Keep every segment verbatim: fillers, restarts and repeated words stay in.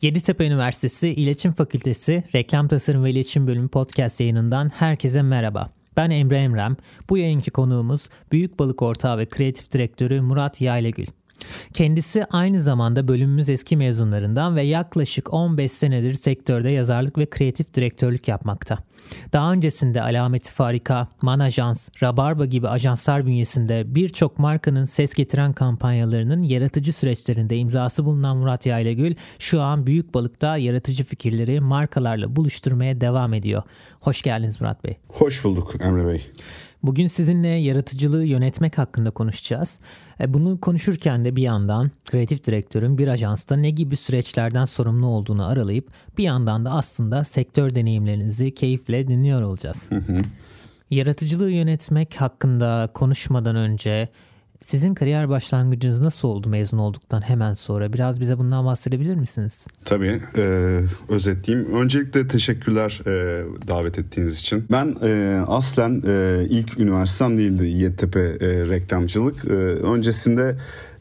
Yeditepe Üniversitesi İletişim Fakültesi Reklam Tasarım ve İletişim Bölümü podcast yayınından herkese merhaba. Ben Emre Emrem. Bu yayınki konuğumuz Büyük Balık Ortağı ve Kreatif Direktörü Murat Yaylegül. Kendisi aynı zamanda bölümümüz eski mezunlarından ve yaklaşık on beş senedir sektörde yazarlık ve kreatif direktörlük yapmakta. Daha öncesinde Alameti Farika, Manajans, Rabarba gibi ajanslar bünyesinde birçok markanın ses getiren kampanyalarının yaratıcı süreçlerinde imzası bulunan Murat Yaylegül şu an Büyük Balık'ta yaratıcı fikirleri markalarla buluşturmaya devam ediyor. Hoş geldiniz Murat Bey. Hoş bulduk Emre Bey. Bugün sizinle yaratıcılığı yönetmek hakkında konuşacağız. Bunu konuşurken de bir yandan kreatif direktörün bir ajansta ne gibi süreçlerden sorumlu olduğunu aralayıp bir yandan da aslında sektör deneyimlerinizi keyifle dinliyor olacağız. Hı hı. Yaratıcılığı yönetmek hakkında konuşmadan önce sizin kariyer başlangıcınız nasıl oldu mezun olduktan hemen sonra? Biraz bize bundan bahsedebilir misiniz? Tabii. E, özetleyeyim. Öncelikle teşekkürler e, davet ettiğiniz için. Ben e, aslen e, ilk üniversitem değildi Yeditepe e, reklamcılık. E, öncesinde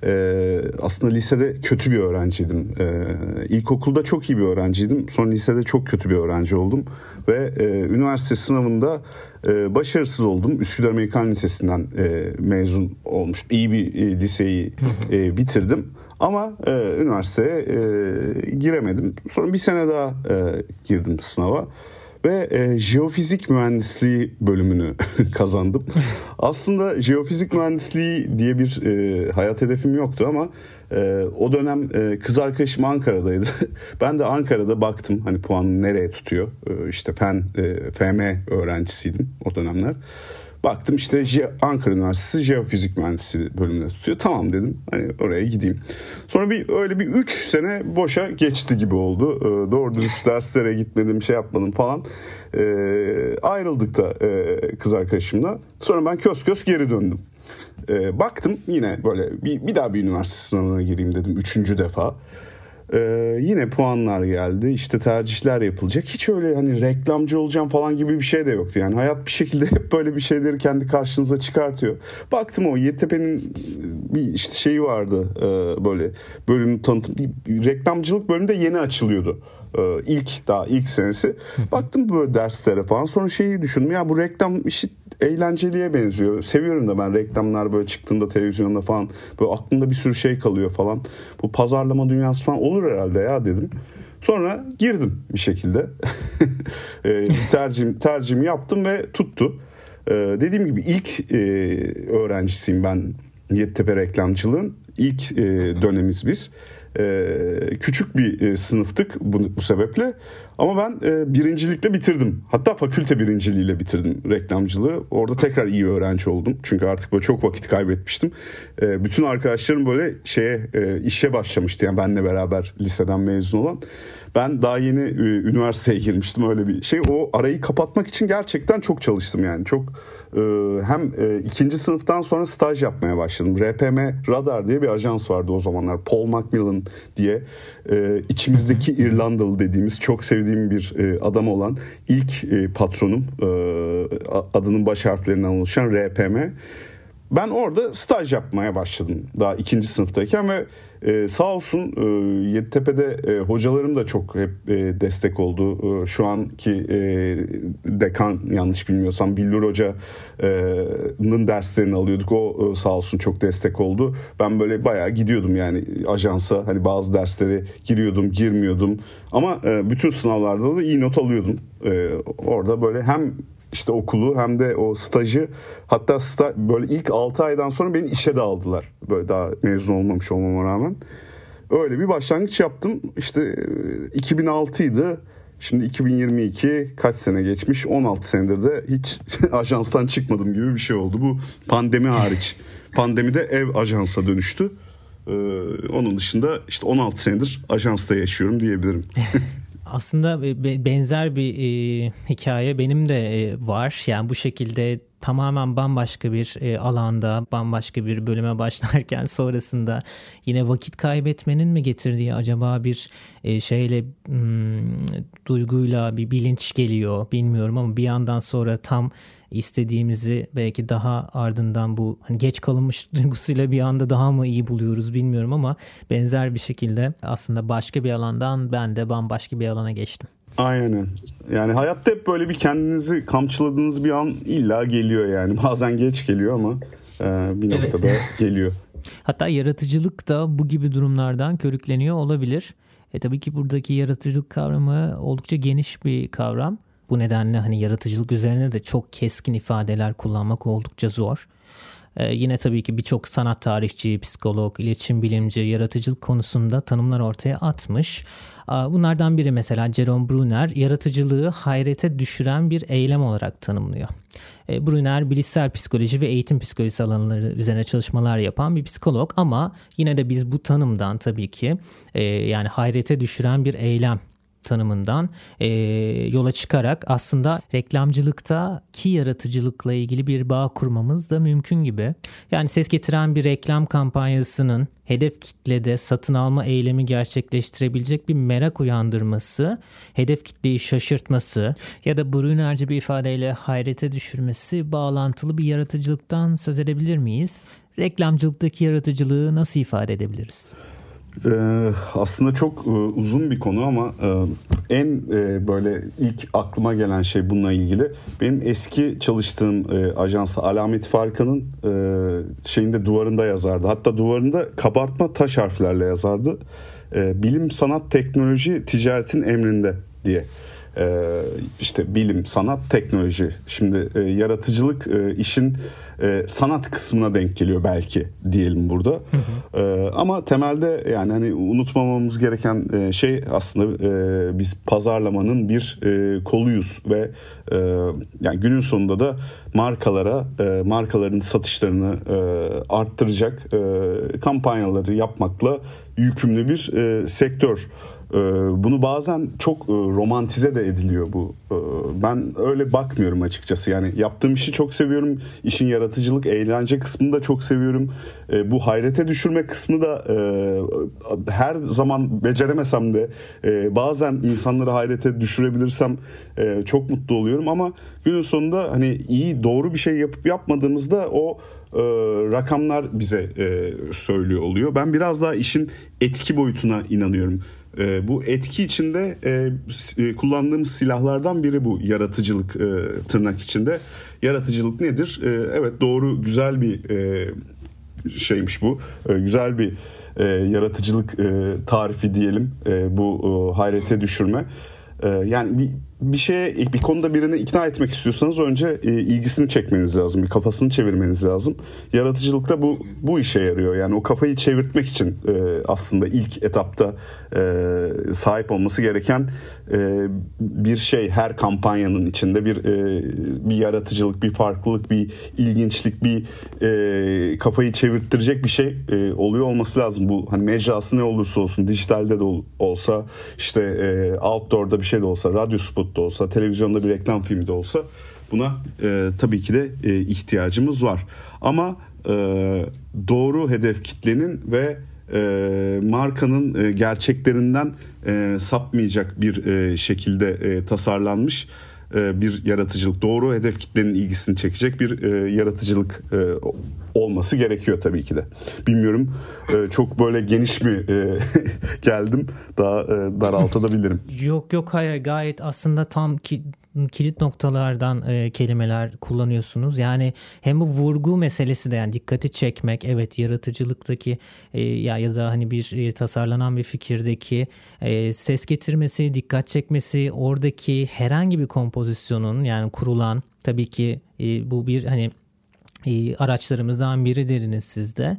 e, aslında lisede kötü bir öğrenciydim. E, ilkokulda çok iyi bir öğrenciydim. Sonra lisede çok kötü bir öğrenci oldum. Ve e, üniversite sınavında Ee, başarısız oldum. Üsküdar Amerikan Lisesi'nden e, mezun olmuştum. İyi bir e, liseyi e, bitirdim. Ama e, üniversiteye e, giremedim. Sonra bir sene daha e, girdim sınava. Ve e, jeofizik mühendisliği bölümünü kazandım. Aslında jeofizik mühendisliği diye bir e, hayat hedefim yoktu ama e, o dönem e, kız arkadaşım Ankara'daydı. Ben de Ankara'da baktım hani puan nereye tutuyor. E, işte fen, e, F M öğrencisiydim o dönemler. Baktım işte Je- Ankara Üniversitesi Jeofizik Mühendisliği bölümünde tutuyor. Tamam dedim hani oraya gideyim. Sonra bir öyle bir üç sene boşa geçti gibi oldu. Ee, doğru dürüst derslere gitmedim, şey yapmadım falan. Ee, ayrıldık da e, kız arkadaşımla. Sonra ben kös kös geri döndüm. Ee, baktım yine böyle bir, bir daha bir üniversite sınavına gireyim dedim. Üçüncü defa. Ee, yine puanlar geldi, işte tercihler yapılacak. Hiç öyle hani reklamcı olacağım falan gibi bir şey de yoktu. Yani hayat bir şekilde hep böyle bir şeyleri kendi karşınıza çıkartıyor. Baktım o Yeditepe'nin bir işte şeyi vardı, ee, böyle bölüm tanıtım, reklamcılık bölümü de yeni açılıyordu. Ee, ilk daha ilk senesi. Baktım böyle derslere falan, sonra şeyi düşündüm, ya bu reklam işi eğlenceliye benziyor. Seviyorum da ben reklamlar böyle çıktığında televizyonda falan böyle aklımda bir sürü şey kalıyor falan. Bu pazarlama dünyası falan olur herhalde ya dedim. Sonra girdim bir şekilde. e, tercihim, tercihimi yaptım ve tuttu. E, dediğim gibi ilk e, öğrencisiyim ben Yeditepe reklamcılığın. İlk e, dönemiz biz. Ee, küçük bir e, sınıftık bu, bu sebeple ama ben e, birincilikle bitirdim, hatta fakülte birinciliğiyle bitirdim reklamcılığı. Orada tekrar iyi öğrenci oldum çünkü artık böyle çok vakit kaybetmiştim. E, bütün arkadaşlarım böyle şeye e, işe başlamıştı, yani benimle beraber liseden mezun olan. Ben daha yeni e, üniversiteye girmiştim, öyle bir şey. O arayı kapatmak için gerçekten çok çalıştım, yani çok. Hem ikinci sınıftan sonra staj yapmaya başladım. R P M Radar diye bir ajans vardı o zamanlar. Paul Macmillan diye içimizdeki İrlandalı dediğimiz çok sevdiğim bir adam olan ilk patronum, adının baş harflerinden oluşan R P M. Ben orada staj yapmaya başladım daha ikinci sınıftayken ve Ee, sağ olsun e, Yeditepe'de e, hocalarım da çok hep e, destek oldu. E, şu anki e, dekan, yanlış bilmiyorsam Billur Hoca'nın derslerini alıyorduk. O e, sağ olsun çok destek oldu. Ben böyle bayağı gidiyordum yani ajansa, hani bazı derslere giriyordum, girmiyordum. Ama e, bütün sınavlarda da iyi not alıyordum. E, orada böyle hem İşte okulu hem de o stajı, hatta sta, böyle ilk altı aydan sonra beni işe de aldılar. Böyle daha mezun olmamış olmama rağmen. Öyle bir başlangıç yaptım. İşte iki bin altıydı. Şimdi iki bin yirmi iki, kaç sene geçmiş? on altı senedir de hiç ajanstan çıkmadım gibi bir şey oldu. Bu pandemi hariç. Pandemide ev ajansa dönüştü. Ee, onun dışında işte on altı senedir ajansta yaşıyorum diyebilirim. Aslında benzer bir e, hikaye benim de e, var. Yani bu şekilde tamamen bambaşka bir e, alanda, bambaşka bir bölüme başlarken sonrasında yine vakit kaybetmenin mi getirdiği acaba bir e, şeyle hmm, duyguyla bir bilinç geliyor bilmiyorum ama bir yandan sonra tam istediğimizi belki daha ardından bu hani geç kalınmış duygusuyla bir anda daha mı iyi buluyoruz bilmiyorum ama benzer bir şekilde aslında başka bir alandan ben de bambaşka bir alana geçtim. Aynen. Yani hayatta hep böyle bir kendinizi kamçıladığınız bir an illa geliyor yani. Bazen geç geliyor ama e, bir noktada evet. geliyor. Hatta yaratıcılık da bu gibi durumlardan körükleniyor olabilir. E tabii ki buradaki yaratıcılık kavramı oldukça geniş bir kavram. Bu nedenle hani yaratıcılık üzerine de çok keskin ifadeler kullanmak oldukça zor. Ee, yine tabii ki birçok sanat tarihçi, psikolog, iletişim bilimci yaratıcılık konusunda tanımlar ortaya atmış. Bunlardan biri mesela Jerome Bruner yaratıcılığı hayrete düşüren bir eylem olarak tanımlıyor. Bruner bilişsel psikoloji ve eğitim psikolojisi alanları üzerine çalışmalar yapan bir psikolog ama yine de biz bu tanımdan tabii ki yani hayrete düşüren bir eylem tanımından e, yola çıkarak aslında reklamcılıktaki yaratıcılıkla ilgili bir bağ kurmamız da mümkün gibi. Yani ses getiren bir reklam kampanyasının hedef kitlede satın alma eylemi gerçekleştirebilecek bir merak uyandırması, hedef kitleyi şaşırtması ya da Brunerci bir ifadeyle hayrete düşürmesi bağlantılı bir yaratıcılıktan söz edebilir miyiz? Reklamcılıktaki yaratıcılığı nasıl ifade edebiliriz? Ee, aslında çok e, uzun bir konu ama e, en e, böyle ilk aklıma gelen şey bununla ilgili. Benim eski çalıştığım e, ajansı Alamet Farkan'ın e, şeyinde duvarında yazardı. Hatta duvarında kabartma taş harflerle yazardı. E, bilim, sanat, teknoloji, ticaretin emrinde diye. Ee, işte bilim, sanat, teknoloji. Şimdi e, yaratıcılık e, işin e, sanat kısmına denk geliyor belki diyelim burada. Hı hı. E, ama temelde yani hani unutmamamız gereken e, şey aslında e, biz pazarlamanın bir e, koluyuz ve e, yani günün sonunda da markalara e, markaların satışlarını e, arttıracak e, kampanyaları yapmakla yükümlü bir e, sektör. Bunu bazen çok romantize de ediliyor bu. Ben öyle bakmıyorum açıkçası. Yani yaptığım işi çok seviyorum. İşin yaratıcılık, eğlence kısmını da çok seviyorum. Bu hayrete düşürme kısmı da her zaman beceremesem de bazen insanları hayrete düşürebilirsem çok mutlu oluyorum. Ama günün sonunda hani iyi, doğru bir şey yapıp yapmadığımızda o rakamlar bize söylüyor oluyor. Ben biraz daha işin etki boyutuna inanıyorum. E, bu etki içinde e, kullandığımız silahlardan biri bu yaratıcılık e, tırnak içinde. Yaratıcılık nedir? E, evet doğru güzel bir e, şeymiş bu. E, güzel bir e, yaratıcılık e, tarifi diyelim e, bu e, hayrete düşürme. E, yani bir bir şeye bir konuda birini ikna etmek istiyorsanız önce e, ilgisini çekmeniz lazım, bir kafasını çevirmeniz lazım. Yaratıcılıkta bu bu işe yarıyor. Yani o kafayı çevirtmek için e, aslında ilk etapta e, sahip olması gereken e, bir şey her kampanyanın içinde bir e, bir yaratıcılık, bir farklılık, bir ilginçlik, bir e, kafayı çevirttirecek bir şey e, oluyor olması lazım. Bu hani mecrası ne olursa olsun, dijitalde de olsa, işte e, outdoor'da bir şey de olsa, radyo spotu da olsa, televizyonda bir reklam filmi de olsa buna e, tabii ki de e, ihtiyacımız var. Ama e, doğru hedef kitlenin ve e, markanın e, gerçeklerinden e, sapmayacak bir e, şekilde e, tasarlanmış e, bir yaratıcılık, doğru hedef kitlenin ilgisini çekecek bir e, yaratıcılık e, olması gerekiyor tabii ki de. Bilmiyorum e, çok böyle geniş mi e, geldim, daha e, daraltabilirim. Yok yok hayır, gayet aslında tam ki kilit noktalardan e, kelimeler kullanıyorsunuz. Yani hem bu vurgu meselesi de, yani dikkati çekmek, evet, yaratıcılıktaki e, ya ya da hani bir e, tasarlanan bir fikirdeki e, ses getirmesi, dikkat çekmesi, oradaki herhangi bir kompozisyonun, yani kurulan, tabii ki e, bu bir hani araçlarımızdan biridiriniz sizde.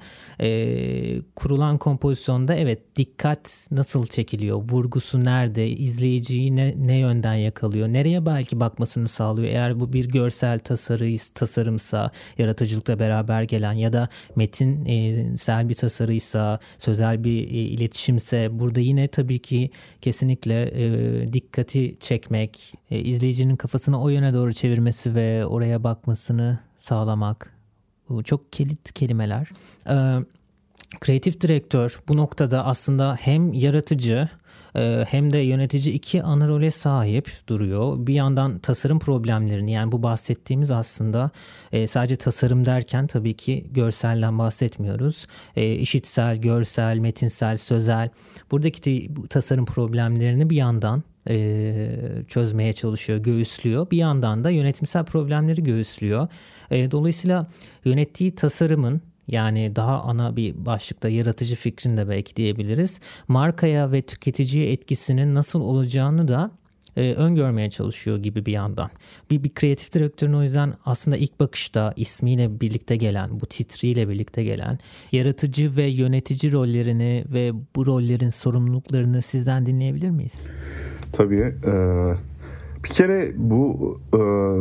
E, kurulan kompozisyonda evet, dikkat nasıl çekiliyor? Vurgusu nerede? İzleyiciyi ne, ne yönden yakalıyor? Nereye belki bakmasını sağlıyor? Eğer bu bir görsel tasarı, tasarımsa, yaratıcılıkla beraber gelen ya da metinsel bir tasarıysa, sözel bir e, iletişimse, burada yine tabii ki kesinlikle e, dikkati çekmek, e, izleyicinin kafasını o yöne doğru çevirmesi ve oraya bakmasını sağlamak. Bu çok kilit kelimeler. Ee, kreatif direktör bu noktada aslında hem yaratıcı hem de yönetici iki ana role sahip duruyor. Bir yandan tasarım problemlerini, yani bu bahsettiğimiz aslında sadece tasarım derken tabii ki görselden bahsetmiyoruz. İşitsel, görsel, metinsel, sözel, buradaki tasarım problemlerini bir yandan çözmeye çalışıyor, göğüslüyor. Bir yandan da yönetimsel problemleri göğüslüyor. Dolayısıyla yönettiği tasarımın, yani daha ana bir başlıkta yaratıcı fikrin de belki diyebiliriz, markaya ve tüketiciye etkisinin nasıl olacağını da e, öngörmeye çalışıyor gibi bir yandan. Bir, bir kreatif direktörün o yüzden aslında ilk bakışta ismiyle birlikte gelen, bu titriyle birlikte gelen yaratıcı ve yönetici rollerini ve bu rollerin sorumluluklarını sizden dinleyebilir miyiz? Tabii. E, bir kere bu e,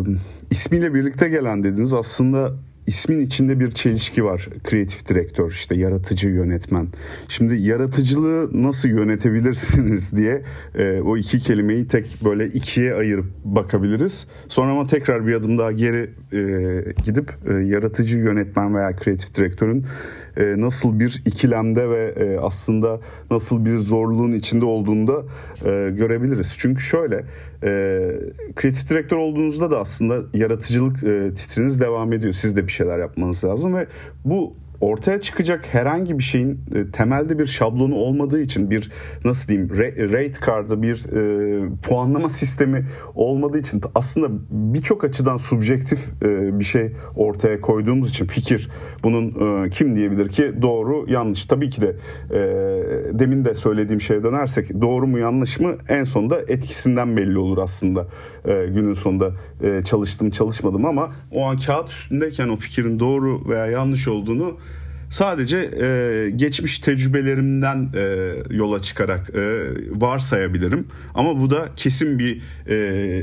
ismiyle birlikte gelen dediniz, aslında İsmin içinde bir çelişki var. Kreatif direktör, işte yaratıcı yönetmen. Şimdi yaratıcılığı nasıl yönetebilirsiniz diye e, o iki kelimeyi tek böyle ikiye ayırıp bakabiliriz. Sonra ama tekrar bir adım daha geri e, gidip e, yaratıcı yönetmen veya kreatif direktörün e, nasıl bir ikilemde ve e, aslında nasıl bir zorluğun içinde olduğunu da e, görebiliriz. Çünkü şöyle, e, kreatif direktör olduğunuzda da aslında yaratıcılık e, titriniz devam ediyor. Siz de bir şeyler yapmanız lazım ve bu ortaya çıkacak herhangi bir şeyin e, temelde bir şablonu olmadığı için, bir nasıl diyeyim re, rate card'ı, bir e, puanlama sistemi olmadığı için aslında birçok açıdan subjektif e, bir şey ortaya koyduğumuz için fikir, bunun e, kim diyebilir ki doğru yanlış? Tabii ki de e, demin de söylediğim şeye dönersek, doğru mu yanlış mı en sonunda etkisinden belli olur aslında. E, günün sonunda e, çalıştım çalışmadım, ama o an kağıt üstündeyken o fikrin doğru veya yanlış olduğunu sadece e, geçmiş tecrübelerimden e, yola çıkarak e, varsayabilirim. Ama bu da kesin bir e,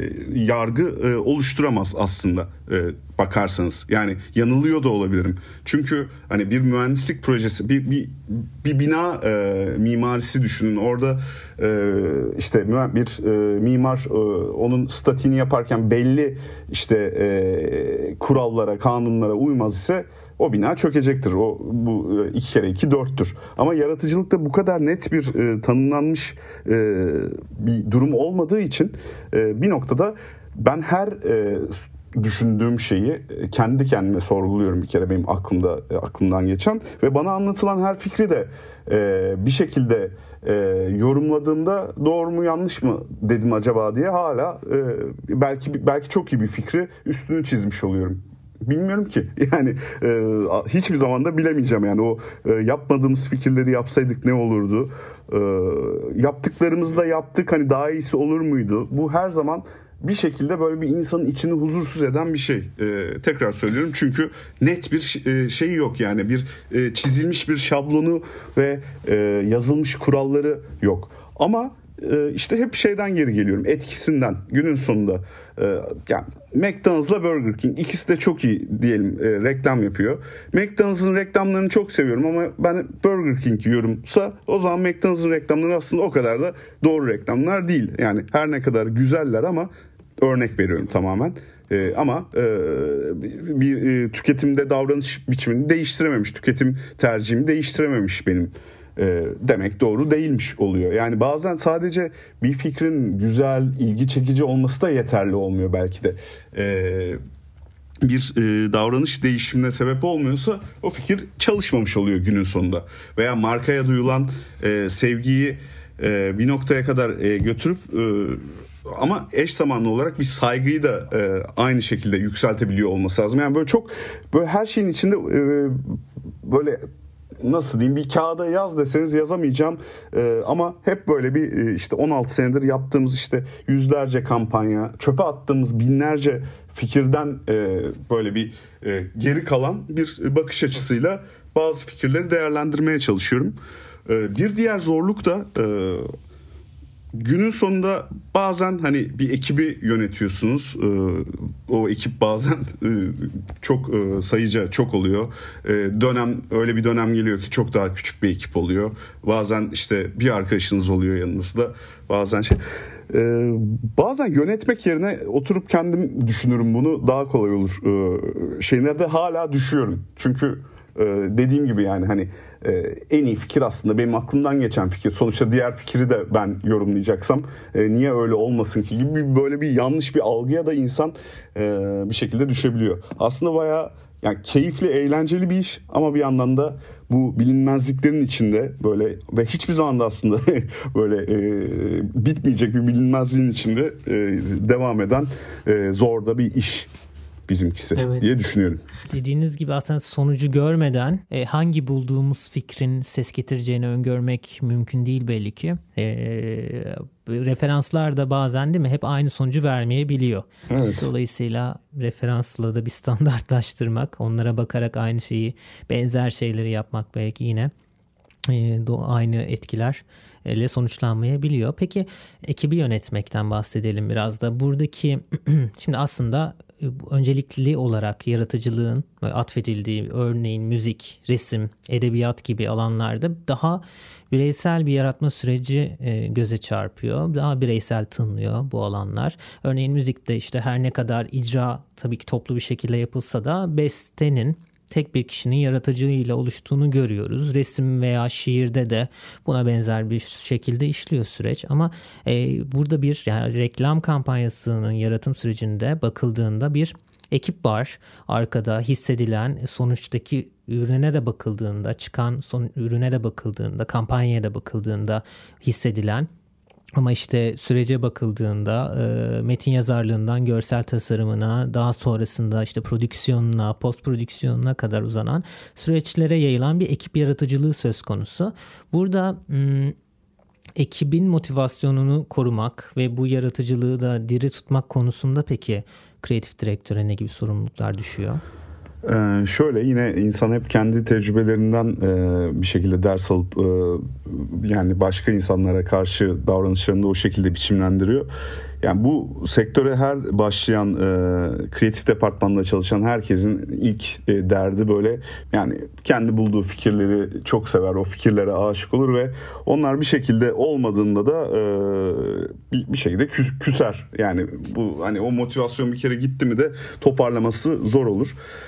yargı e, oluşturamaz aslında e, bakarsanız. Yani yanılıyor da olabilirim. Çünkü hani bir mühendislik projesi, bir bir, bir bina e, mimarisi düşünün. Orada e, işte bir e, mimar e, onun statiğini yaparken belli işte e, kurallara, kanunlara uymaz ise o bina çökecektir. O bu iki kere iki dörttür. Ama yaratıcılıkta bu kadar net bir e, tanımlanmış e, bir durum olmadığı için e, bir noktada ben her e, düşündüğüm şeyi kendi kendime sorguluyorum bir kere, benim aklımda e, aklımdan geçen ve bana anlatılan her fikri de e, bir şekilde e, yorumladığımda doğru mu yanlış mı dedim acaba diye hala e, belki belki çok iyi bir fikri üstünü çizmiş oluyorum. Bilmiyorum ki. Yani e, hiçbir zaman da bilemeyeceğim. Yani o e, yapmadığımız fikirleri yapsaydık ne olurdu? E, yaptıklarımızı da yaptık. Hani daha iyisi olur muydu? Bu her zaman bir şekilde böyle bir insanın içini huzursuz eden bir şey. E, tekrar söylüyorum, çünkü net bir e, şey yok. Yani bir e, çizilmiş bir şablonu ve e, yazılmış kuralları yok. Ama İşte hep şeyden geri geliyorum, etkisinden. Günün sonunda yani McDonald's'la Burger King, ikisi de çok iyi diyelim reklam yapıyor. McDonald's'ın reklamlarını çok seviyorum ama ben Burger King yiyorumsa o zaman McDonald's'ın reklamları aslında o kadar da doğru reklamlar değil. Yani her ne kadar güzeller ama, örnek veriyorum tamamen. Ee, ama e, bir e, tüketimde davranış biçimini değiştirememiş, tüketim tercihimi değiştirememiş benim. E, demek doğru değilmiş oluyor. Yani bazen sadece bir fikrin güzel, ilgi çekici olması da yeterli olmuyor belki de. E, bir e, davranış değişimine sebep olmuyorsa o fikir çalışmamış oluyor günün sonunda. Veya markaya duyulan e, sevgiyi e, bir noktaya kadar e, götürüp e, ama eş zamanlı olarak bir saygıyı da e, aynı şekilde yükseltebiliyor olması lazım. Yani böyle çok böyle her şeyin içinde e, böyle nasıl diyeyim, bir kağıda yaz deseniz yazamayacağım ee, ama hep böyle bir işte on altı senedir yaptığımız işte yüzlerce kampanya, çöpe attığımız binlerce fikirden e, böyle bir e, geri kalan bir bakış açısıyla bazı fikirleri değerlendirmeye çalışıyorum. E, bir diğer zorluk da e, günün sonunda bazen hani bir ekibi yönetiyorsunuz. Ee, o ekip bazen e, çok e, sayıca çok oluyor. E, dönem öyle bir dönem geliyor ki çok daha küçük bir ekip oluyor. Bazen işte bir arkadaşınız oluyor yanınızda. Bazen şey. Ee, bazen yönetmek yerine oturup kendim düşünürüm bunu, daha kolay olur. Ee, şeyine de hala düşüyorum. Çünkü e, dediğim gibi yani hani e, en iyi fikir aslında benim aklımdan geçen fikir. Sonuçta diğer fikri de ben yorumlayacaksam e, niye öyle olmasın ki gibi bir, böyle bir yanlış bir algıya da insan e, bir şekilde düşebiliyor. Aslında bayağı yani keyifli, eğlenceli bir iş ama bir yandan da bu bilinmezliklerin içinde böyle ve hiçbir zaman da aslında böyle e, bitmeyecek bir bilinmezliğin içinde e, devam eden e, zor da bir iş bizimkisi, evet, diye düşünüyorum. Dediğiniz gibi aslında sonucu görmeden e, hangi bulduğumuz fikrin ses getireceğini öngörmek mümkün değil belli ki. E, referanslar da bazen değil mi hep aynı sonucu vermeyebiliyor. Evet. Dolayısıyla referansla da bir standartlaştırmak, onlara bakarak aynı şeyi, benzer şeyleri yapmak belki yine e, aynı etkilerle sonuçlanmayabiliyor. Peki ekibi yönetmekten bahsedelim biraz da. Buradaki şimdi aslında öncelikli olarak yaratıcılığın atfedildiği, örneğin müzik, resim, edebiyat gibi alanlarda daha bireysel bir yaratma süreci göze çarpıyor. Daha bireysel tınlıyor bu alanlar. Örneğin müzikte işte her ne kadar icra tabii ki toplu bir şekilde yapılsa da bestenin tek bir kişinin yaratıcılığıyla oluştuğunu görüyoruz. Resim veya şiirde de buna benzer bir şekilde işliyor süreç. Ama e, burada bir yani reklam kampanyasının yaratım sürecinde bakıldığında bir ekip var. Arkada hissedilen sonuçtaki ürüne de bakıldığında, çıkan son ürüne de bakıldığında, kampanyaya da bakıldığında hissedilen. Ama işte sürece bakıldığında e, metin yazarlığından görsel tasarımına, daha sonrasında işte prodüksiyonuna, post prodüksiyonuna kadar uzanan süreçlere yayılan bir ekip yaratıcılığı söz konusu. Burada m- ekibin motivasyonunu korumak ve bu yaratıcılığı da diri tutmak konusunda peki kreatif direktöre ne gibi sorumluluklar düşüyor? Ee, şöyle yine insan hep kendi tecrübelerinden e, bir şekilde ders alıp e, yani başka insanlara karşı davranışlarını da o şekilde biçimlendiriyor. Yani bu sektöre her başlayan e, kreatif departmanda çalışan herkesin ilk e, derdi böyle yani kendi bulduğu fikirleri çok sever, o fikirlere aşık olur ve onlar bir şekilde olmadığında da e, bir, bir şekilde küs, küser. Yani bu hani o motivasyon bir kere gitti mi de toparlaması zor olur.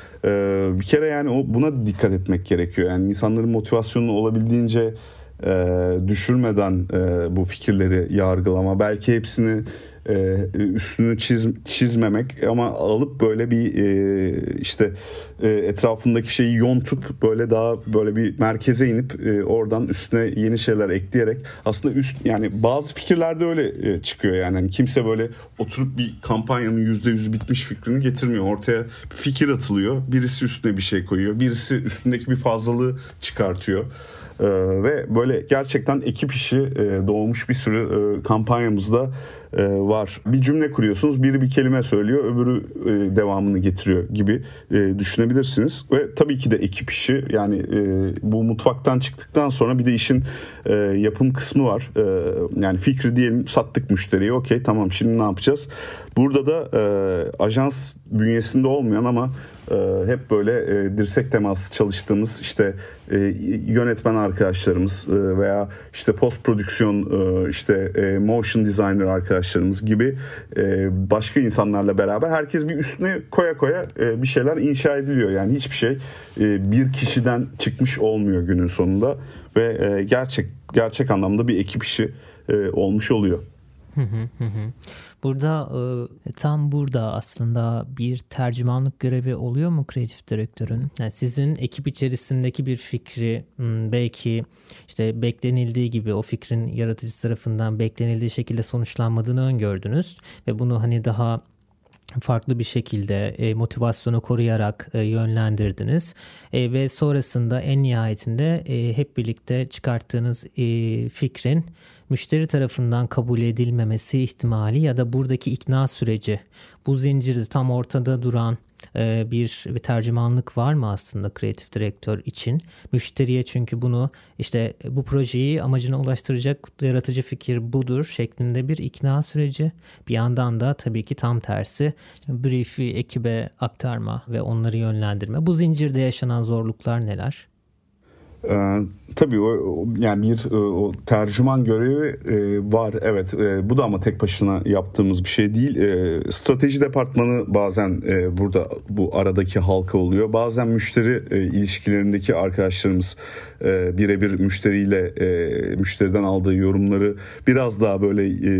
Ee, bir kere yani o buna dikkat etmek gerekiyor. Yani insanların motivasyonunu olabildiğince e, düşürmeden e, bu fikirleri yargılama, belki hepsini e, üstünü çiz, çizmemek ama alıp böyle bir e, işte e, etrafındaki şeyi yontup böyle daha böyle bir merkeze inip e, oradan üstüne yeni şeyler ekleyerek aslında üst yani bazı fikirlerde öyle e, çıkıyor yani. Yani kimse böyle oturup bir kampanyanın yüzde yüzü bitmiş fikrini getirmiyor. Ortaya bir fikir atılıyor. Birisi üstüne bir şey koyuyor. Birisi üstündeki bir fazlalığı çıkartıyor. Ee, ve böyle gerçekten ekip işi e, doğmuş bir sürü e, kampanyamızda e, var. Bir cümle kuruyorsunuz, biri bir kelime söylüyor, öbürü e, devamını getiriyor gibi e, düşünebilirsiniz. Ve tabii ki de ekip işi yani e, bu mutfaktan çıktıktan sonra bir de işin e, yapım kısmı var. E, yani fikri diyelim sattık müşteriye, okey tamam şimdi ne yapacağız? Burada da e, ajans bünyesinde olmayan ama e, hep böyle e, dirsek teması çalıştığımız işte e, yönetmen arkadaşlarımız e, veya işte post prodüksiyon e, işte e, motion designer arkadaşlarımız gibi e, başka insanlarla beraber herkes bir üstüne koya koya e, bir şeyler inşa ediliyor. Yani hiçbir şey e, bir kişiden çıkmış olmuyor günün sonunda ve e, gerçek gerçek anlamda bir ekip işi e, olmuş oluyor. Burada tam burada aslında bir tercümanlık görevi oluyor mu kreatif direktörün? Yani sizin ekip içerisindeki bir fikri belki işte beklenildiği gibi o fikrin yaratıcı tarafından beklenildiği şekilde sonuçlanmadığını öngördünüz ve bunu hani daha farklı bir şekilde e, motivasyonu koruyarak e, yönlendirdiniz e, ve sonrasında en nihayetinde e, hep birlikte çıkarttığınız e, fikrin müşteri tarafından kabul edilmemesi ihtimali ya da buradaki ikna süreci, bu zincirde tam ortada duran e, bir, bir tercümanlık var mı aslında kreatif direktör için? Müşteriye çünkü bunu işte bu projeyi amacına ulaştıracak yaratıcı fikir budur şeklinde bir ikna süreci. Bir yandan da tabii ki tam tersi brief'i ekibe aktarma ve onları yönlendirme. Bu zincirde yaşanan zorluklar neler? Ee, tabii o, yani bir o tercüman görevi e, var, evet. E, bu da ama tek başına yaptığımız bir şey değil. E, strateji departmanı bazen e, burada bu aradaki halka oluyor. Bazen müşteri e, ilişkilerindeki arkadaşlarımız e, birebir müşteriyle e, müşteriden aldığı yorumları biraz daha böyle e,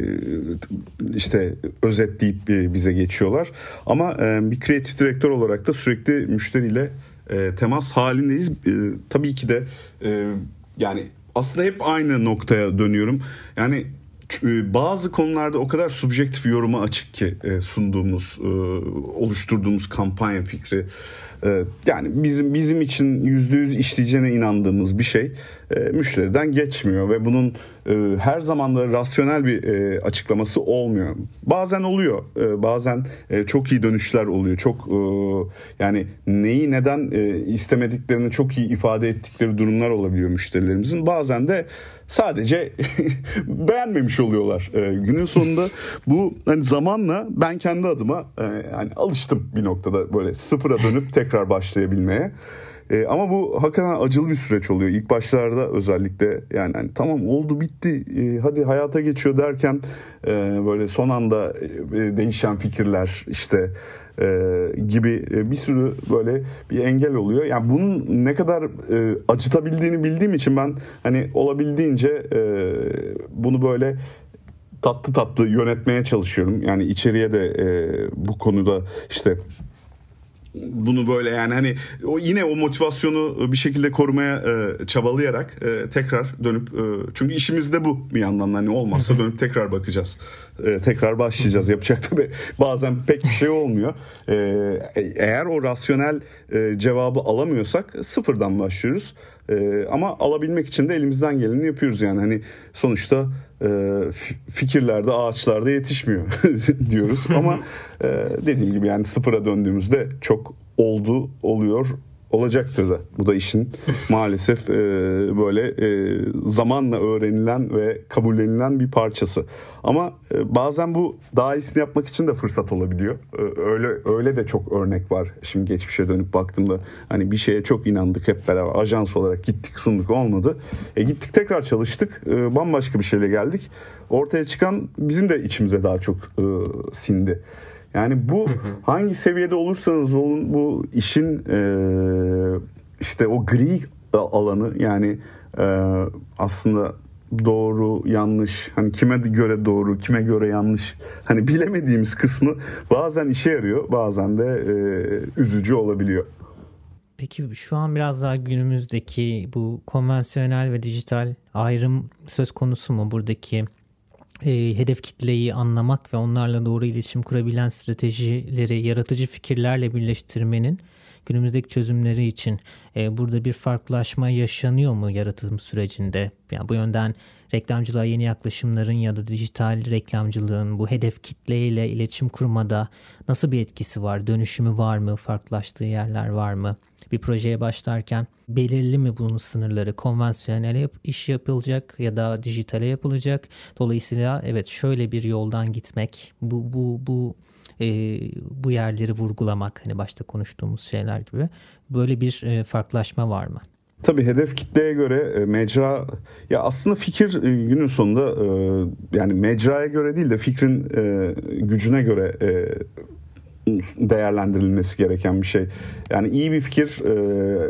işte özetleyip e, bize geçiyorlar. Ama e, bir kreatif direktör olarak da sürekli müşteriyle E, temas halindeyiz. E, tabii ki de e, yani aslında hep aynı noktaya dönüyorum. Yani e, bazı konularda o kadar subjektif yoruma açık ki e, sunduğumuz, e, oluşturduğumuz kampanya fikri. E, yani bizim bizim için yüzde yüz işleyeceğine inandığımız bir şey e, müşteriden geçmiyor ve bunun e, her zaman da rasyonel bir e, açıklaması olmuyor. Bazen oluyor, e, bazen e, çok iyi dönüşler oluyor. Çok e, yani neyi neden e, istemediklerini çok iyi ifade ettikleri durumlar olabiliyor müşterilerimizin. Bazen de sadece beğenmemiş oluyorlar. E, günün sonunda bu hani zamanla ben kendi adıma e, yani alıştım bir noktada böyle sıfıra dönüp tekrar başlayabilmeye. E, ama bu hakikaten acılı bir süreç oluyor. İlk başlarda özellikle yani hani tamam oldu bitti e, hadi hayata geçiyor derken e, böyle son anda e, değişen fikirler işte e, gibi e, bir sürü böyle bir engel oluyor. Yani bunun ne kadar e, acıtabildiğini bildiğim için ben hani olabildiğince e, bunu böyle tatlı tatlı yönetmeye çalışıyorum. Yani içeriye de e, bu konuda işte bunu böyle yani hani o yine o motivasyonu bir şekilde korumaya e, çabalayarak e, tekrar dönüp e, çünkü işimiz de bu bir yandan hani olmazsa dönüp tekrar bakacağız. E, tekrar başlayacağız. Yapacak tabii bazen pek bir şey olmuyor. E, eğer o rasyonel e, cevabı alamıyorsak sıfırdan başlıyoruz. E, ama alabilmek için de elimizden geleni yapıyoruz yani hani sonuçta e, fikirlerde ağaçlarda yetişmiyor diyoruz ama e, dediğim gibi yani sıfıra döndüğümüzde çok oldu oluyor olacaktır da bu da işin maalesef e, böyle e, zamanla öğrenilen ve kabullenilen bir parçası ama e, bazen bu daha iyisini yapmak için de fırsat olabiliyor e, öyle öyle de çok örnek var şimdi geçmişe dönüp baktığımda hani bir şeye çok inandık hep beraber ajans olarak gittik sunduk olmadı e, gittik tekrar çalıştık e, bambaşka bir şeyle geldik ortaya çıkan bizim de içimize daha çok e, sindi. Yani bu hı hı. hangi seviyede olursanız olun bu işin e, işte o gri alanı yani e, aslında doğru yanlış hani kime göre doğru kime göre yanlış hani bilemediğimiz kısmı bazen işe yarıyor bazen de e, üzücü olabiliyor. Peki şu an biraz daha günümüzdeki bu konvansiyonel ve dijital ayrım söz konusu mu buradaki? E, hedef kitleyi anlamak ve onlarla doğru iletişim kurabilen stratejileri yaratıcı fikirlerle birleştirmenin günümüzdeki çözümleri için e, burada bir farklılaşma yaşanıyor mu yaratım sürecinde? Yani bu yönden reklamcılığa yeni yaklaşımların ya da dijital reklamcılığın bu hedef kitleyle iletişim kurmada nasıl bir etkisi var? Dönüşümü var mı? Farklılaştığı yerler var mı? Bir projeye başlarken belirli mi bunun sınırları? Konvansiyonel yap, iş yapılacak ya da dijitale yapılacak. Dolayısıyla evet şöyle bir yoldan gitmek, bu bu bu e, bu yerleri vurgulamak, hani başta konuştuğumuz şeyler gibi böyle bir e, farklılaşma var mı? Tabii hedef kitleye göre e, mecra ya aslında fikir e, günün sonunda e, yani mecraya göre değil de fikrin e, gücüne göre e, değerlendirilmesi gereken bir şey. Yani iyi bir fikir e,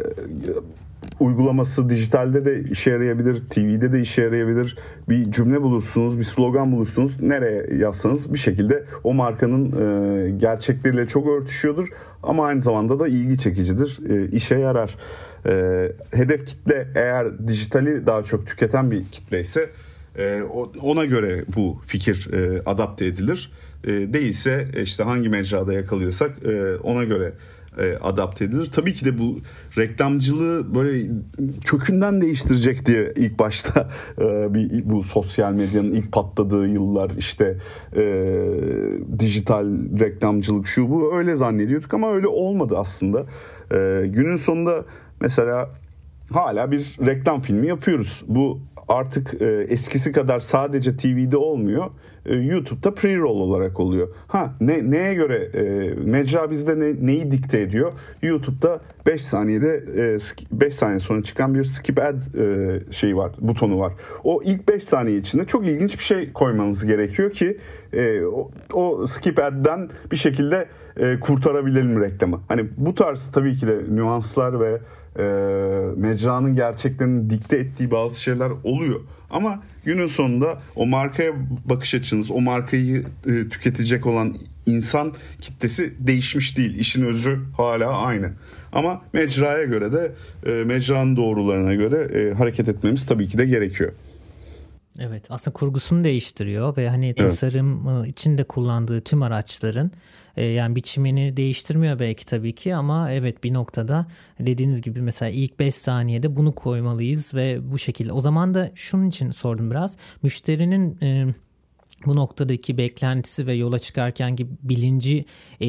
uygulaması dijitalde de işe yarayabilir, T V'de de işe yarayabilir. Bir cümle bulursunuz, bir slogan bulursunuz. Nereye yazsanız bir şekilde o markanın e, gerçekleriyle çok örtüşüyordur. Ama aynı zamanda da ilgi çekicidir, e, işe yarar. E, hedef kitle eğer dijitali daha çok tüketen bir kitle ise e, ona göre bu fikir e, adapte edilir. E, değilse işte hangi mecrada yakalıyorsak e, ona göre e, adapte edilir. Tabii ki de bu reklamcılığı böyle kökünden değiştirecek diye ilk başta e, bir bu sosyal medyanın ilk patladığı yıllar işte e, dijital reklamcılık şu bu öyle zannediyorduk ama öyle olmadı aslında. E, günün sonunda mesela hala bir reklam filmi yapıyoruz. Bu artık e, eskisi kadar sadece T V'de olmuyor. e, YouTube'da pre-roll olarak oluyor. Ha ne neye göre e, mecra bizde ne, neyi dikte ediyor? YouTube'da beş saniyede beş saniye sonra çıkan bir skip ad e, şeyi var, butonu var. O ilk beş saniye içinde çok ilginç bir şey koymanız gerekiyor ki e, o, o skip ad'den bir şekilde e, kurtarabilelim reklamı. Hani bu tarz tabii ki de nüanslar ve e, mecranın gerçeklerini dikte ettiği bazı şeyler oluyor. Ama günün sonunda o markaya bakış açınız, o markayı e, tüketecek olan insan kitlesi değişmiş değil. İşin özü hala aynı. Ama mecraya göre de e, mecranın doğrularına göre e, hareket etmemiz tabii ki de gerekiyor. Evet, aslında kurgusunu değiştiriyor ve hani tasarım evet. içinde kullandığı tüm araçların e, yani biçimini değiştirmiyor belki tabii ki ama evet bir noktada dediğiniz gibi mesela ilk beş saniyede bunu koymalıyız ve bu şekilde. O zaman da şunun için sordum biraz. Müşterinin e, bu noktadaki beklentisi ve yola çıkarken gibi bilinci e,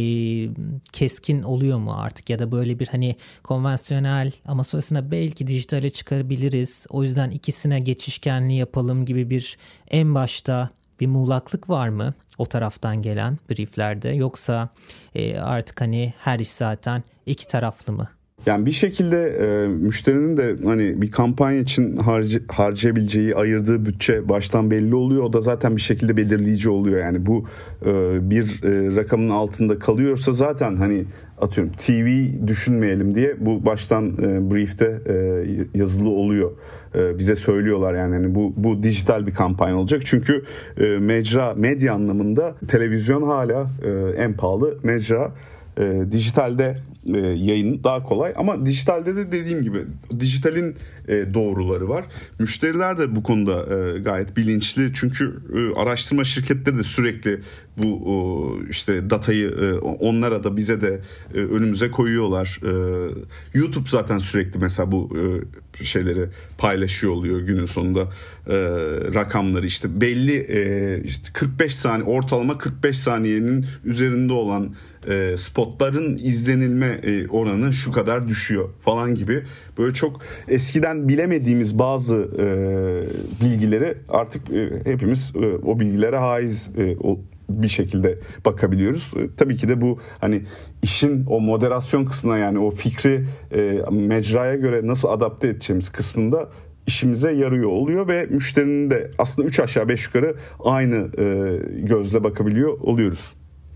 keskin oluyor mu artık ya da böyle bir hani konvansiyonel ama sonrasında belki dijitale çıkarabiliriz. O yüzden ikisine geçişkenliği yapalım gibi bir en başta bir muğlaklık var mı o taraftan gelen brieflerde yoksa e, artık hani her iş zaten iki taraflı mı? Yani bir şekilde e, müşterinin de hani bir kampanya için harc- harcayabileceği, ayırdığı bütçe baştan belli oluyor. O da zaten bir şekilde belirleyici oluyor. Yani bu e, bir e, rakamın altında kalıyorsa zaten hani atıyorum T V düşünmeyelim diye bu baştan e, brief'te e, yazılı oluyor. E, bize söylüyorlar yani hani bu bu dijital bir kampanya olacak. Çünkü e, mecra medya anlamında televizyon hala e, en pahalı mecra. E, dijitalde e, yayın daha kolay ama dijitalde de dediğim gibi dijitalin e, doğruları var. Müşteriler de bu konuda e, gayet bilinçli çünkü e, araştırma şirketleri de sürekli bu o, işte datayı e, onlara da bize de e, önümüze koyuyorlar. E, YouTube zaten sürekli mesela bu e, şeyleri paylaşıyor oluyor günün sonunda e, rakamları işte belli e, işte kırk beş saniye ortalama kırk beş saniyenin üzerinde olan e, spotların izlenilme e, oranı şu kadar düşüyor falan gibi böyle çok eskiden bilemediğimiz bazı e, bilgileri artık e, hepimiz e, o bilgilere haiz e, o, bir şekilde bakabiliyoruz. E, tabii ki de bu hani işin o moderasyon kısmına yani o fikri e, mecraya göre nasıl adapte edeceğimiz kısmında işimize yarıyor oluyor ve müşterinin de aslında üç aşağı beş yukarı aynı e, gözle bakabiliyor oluyoruz.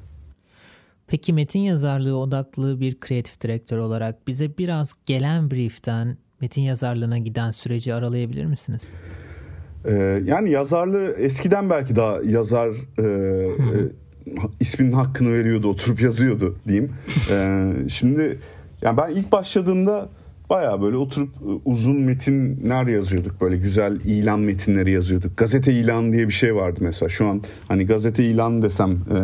Peki metin yazarlığı odaklı bir kreatif direktör olarak bize biraz gelen brieften metin yazarlığına giden süreci aralayabilir misiniz? Ee, yani yazarlığı eskiden belki daha yazar e, e, isminin hakkını veriyordu, oturup yazıyordu diyeyim. Ee, şimdi yani ben ilk başladığımda bayağı böyle oturup uzun metinler yazıyorduk. Böyle güzel ilan metinleri yazıyorduk. Gazete ilanı diye bir şey vardı mesela. Şu an hani gazete ilanı desem e,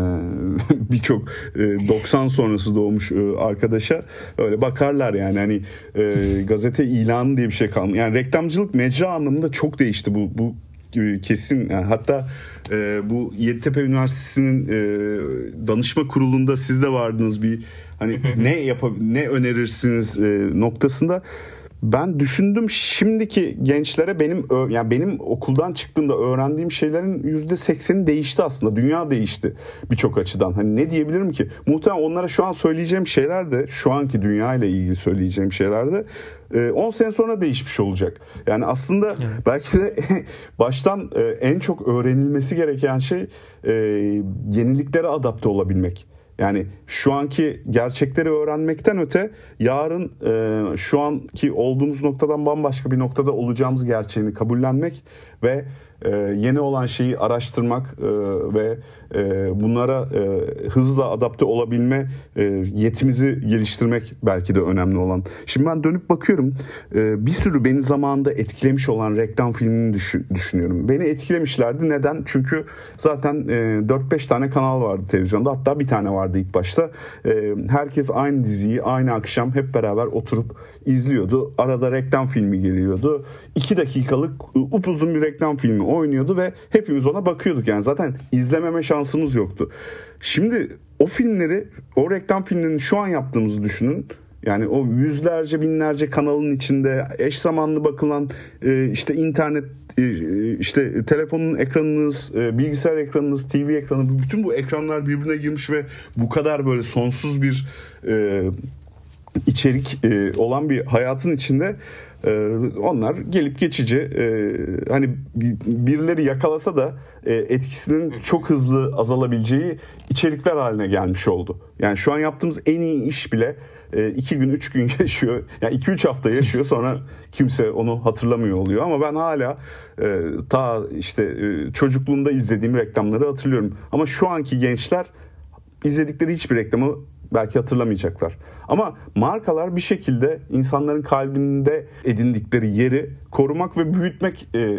birçok e, doksan sonrası doğmuş e, arkadaşa öyle bakarlar yani. Hani e, gazete ilanı diye bir şey kalmadı. Yani reklamcılık mecra anlamında çok değişti bu bu kesin. Yani hatta e, bu Yeditepe Üniversitesi'nin e, danışma kurulunda siz de vardınız bir hani ne yapab ne önerirsiniz e, noktasında ben düşündüm şimdiki gençlere benim yani benim okuldan çıktığımda öğrendiğim şeylerin yüzde sekseni değişti aslında. Dünya değişti birçok açıdan. Hani ne diyebilirim ki? Muhtemelen onlara şu an söyleyeceğim şeyler de şu anki dünya ile ilgili söyleyeceğim şeyler de on sene sonra değişmiş olacak. Yani aslında evet. Belki de baştan en çok öğrenilmesi gereken şey yeniliklere adapte olabilmek. Yani şu anki gerçekleri öğrenmekten öte yarın e, şu anki olduğumuz noktadan bambaşka bir noktada olacağımız gerçeğini kabullenmek ve e, yeni olan şeyi araştırmak e, ve e, bunlara e, hızla adapte olabilme e, yetimizi geliştirmek belki de önemli olan. Şimdi ben dönüp bakıyorum e, bir sürü beni zamanında etkilemiş olan reklam filmini düşün, düşünüyorum. Beni etkilemişlerdi. Neden? Çünkü zaten e, dört beş tane kanal vardı televizyonda. Hatta bir tane vardı ilk başta. E, herkes aynı diziyi aynı akşam hep beraber oturup izliyordu. Arada reklam filmi geliyordu. iki dakikalık upuzun bir reklam filmi oynuyordu ve hepimiz ona bakıyorduk. Yani zaten izlememe şansımız yoktu. Şimdi o filmleri, o reklam filmlerini şu an yaptığımızı düşünün. Yani o yüzlerce binlerce kanalın içinde eş zamanlı bakılan işte internet işte telefonun ekranınız, bilgisayar ekranınız, T V ekranı, bütün bu ekranlar birbirine girmiş ve bu kadar böyle sonsuz bir e, içerik e, olan bir hayatın içinde e, onlar gelip geçici, e, hani birileri yakalasa da e, etkisinin çok hızlı azalabileceği içerikler haline gelmiş oldu. Yani şu an yaptığımız en iyi iş bile e, iki gün üç gün yaşıyor, yani iki üç hafta yaşıyor, sonra kimse onu hatırlamıyor oluyor. Ama ben hala e, ta işte e, çocukluğumda izlediğim reklamları hatırlıyorum. Ama şu anki gençler izledikleri hiçbir reklamı belki hatırlamayacaklar. Ama markalar bir şekilde insanların kalbinde edindikleri yeri korumak ve büyütmek e,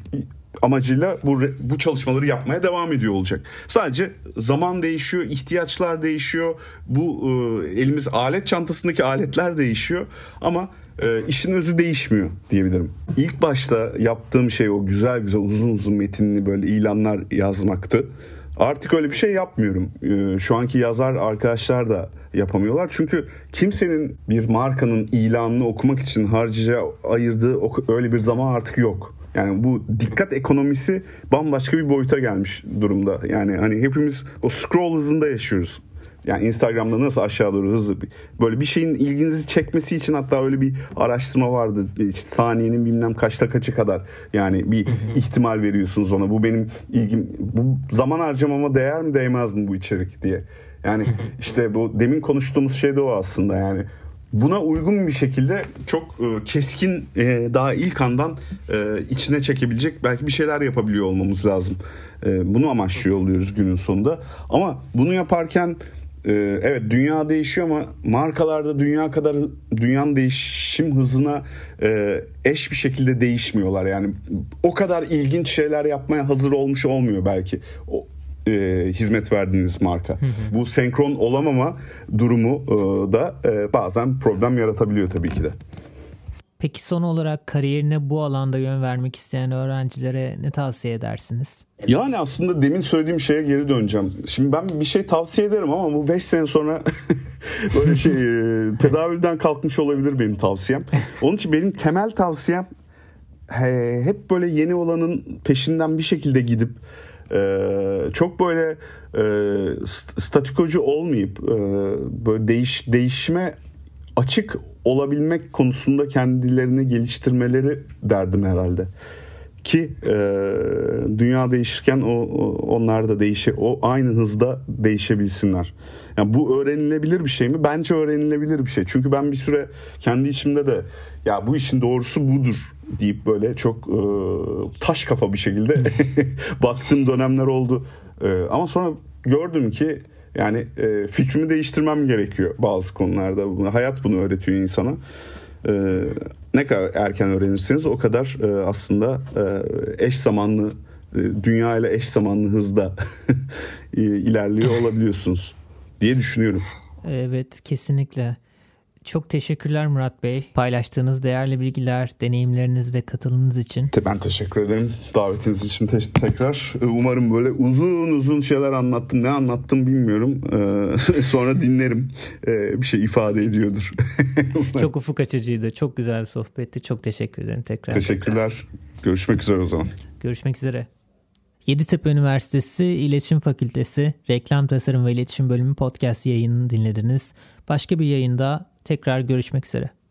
amacıyla bu bu çalışmaları yapmaya devam ediyor olacak. Sadece zaman değişiyor, ihtiyaçlar değişiyor. Bu e, elimiz alet çantasındaki aletler değişiyor ama e, işin özü değişmiyor diyebilirim. İlk başta yaptığım şey o güzel güzel uzun uzun metinli böyle ilanlar yazmaktı. Artık öyle bir şey yapmıyorum. Şu anki yazar arkadaşlar da yapamıyorlar. Çünkü kimsenin bir markanın ilanını okumak için harcayacağı, ayırdığı öyle bir zaman artık yok. Yani bu dikkat ekonomisi bambaşka bir boyuta gelmiş durumda. Yani hani hepimiz o scroll hızında yaşıyoruz. Yani Instagram'da nasıl aşağı doğru hızlı böyle bir şeyin ilginizi çekmesi için hatta öyle bir araştırma vardı. İşte saniyenin bilmem kaçta kaçı kadar yani bir ihtimal veriyorsunuz ona. Bu benim ilgim, bu zaman harcamama değer mi değmez mi bu içerik diye. Yani işte bu demin konuştuğumuz şey de o aslında yani. Buna uygun bir şekilde çok e, keskin e, daha ilk andan e, içine çekebilecek belki bir şeyler yapabiliyor olmamız lazım. E, bunu amaçlıyor oluyoruz günün sonunda. Ama bunu yaparken e, evet dünya değişiyor ama markalarda dünya kadar dünyanın değişim hızına e, eş bir şekilde değişmiyorlar. Yani o kadar ilginç şeyler yapmaya hazır olmuş olmuyor belki o E, hizmet verdiğiniz marka. Hı hı. Bu senkron olamama durumu e, da e, bazen problem yaratabiliyor tabii ki de. Peki son olarak kariyerine bu alanda yön vermek isteyen öğrencilere ne tavsiye edersiniz? Yani aslında demin söylediğim şeye geri döneceğim. Şimdi ben bir şey tavsiye ederim ama bu beş sene sonra böyle şey e, tedavülden kalkmış olabilir benim tavsiyem. Onun için benim temel tavsiyem he, hep böyle yeni olanın peşinden bir şekilde gidip Ee, çok böyle e, statikocu olmayıp e, böyle değiş değişime açık olabilmek konusunda kendilerini geliştirmeleri derdim herhalde. Ki e, dünya değişirken o, o onlar da değişe o aynı hızda değişebilsinler. Yani bu öğrenilebilir bir şey mi? Bence öğrenilebilir bir şey. Çünkü ben bir süre kendi içimde de ya bu işin doğrusu budur deyip böyle çok e, taş kafa bir şekilde baktığım dönemler oldu. E, ama sonra gördüm ki yani e, fikrimi değiştirmem gerekiyor bazı konularda. Hayat bunu öğretiyor insana. E, ne kadar erken öğrenirseniz o kadar e, aslında e, eş zamanlı e, dünya ile eş zamanlı hızda e, ilerliyor olabiliyorsunuz diye düşünüyorum. Evet, kesinlikle. Çok teşekkürler Murat Bey. Paylaştığınız değerli bilgiler, deneyimleriniz ve katılımınız için. Ben teşekkür ederim davetiniz için te- tekrar. Umarım böyle uzun uzun şeyler anlattım. Ne anlattım bilmiyorum. Ee, sonra dinlerim. Ee, bir şey ifade ediyordur. Çok ufuk açıcıydı. Çok güzel bir sohbetti. Çok teşekkür ederim tekrar. Teşekkürler. Görüşmek üzere o zaman. Görüşmek üzere. Yeditepe Üniversitesi İletişim Fakültesi Reklam Tasarım ve İletişim Bölümü podcast yayınını dinlediniz. Başka bir yayında tekrar görüşmek üzere.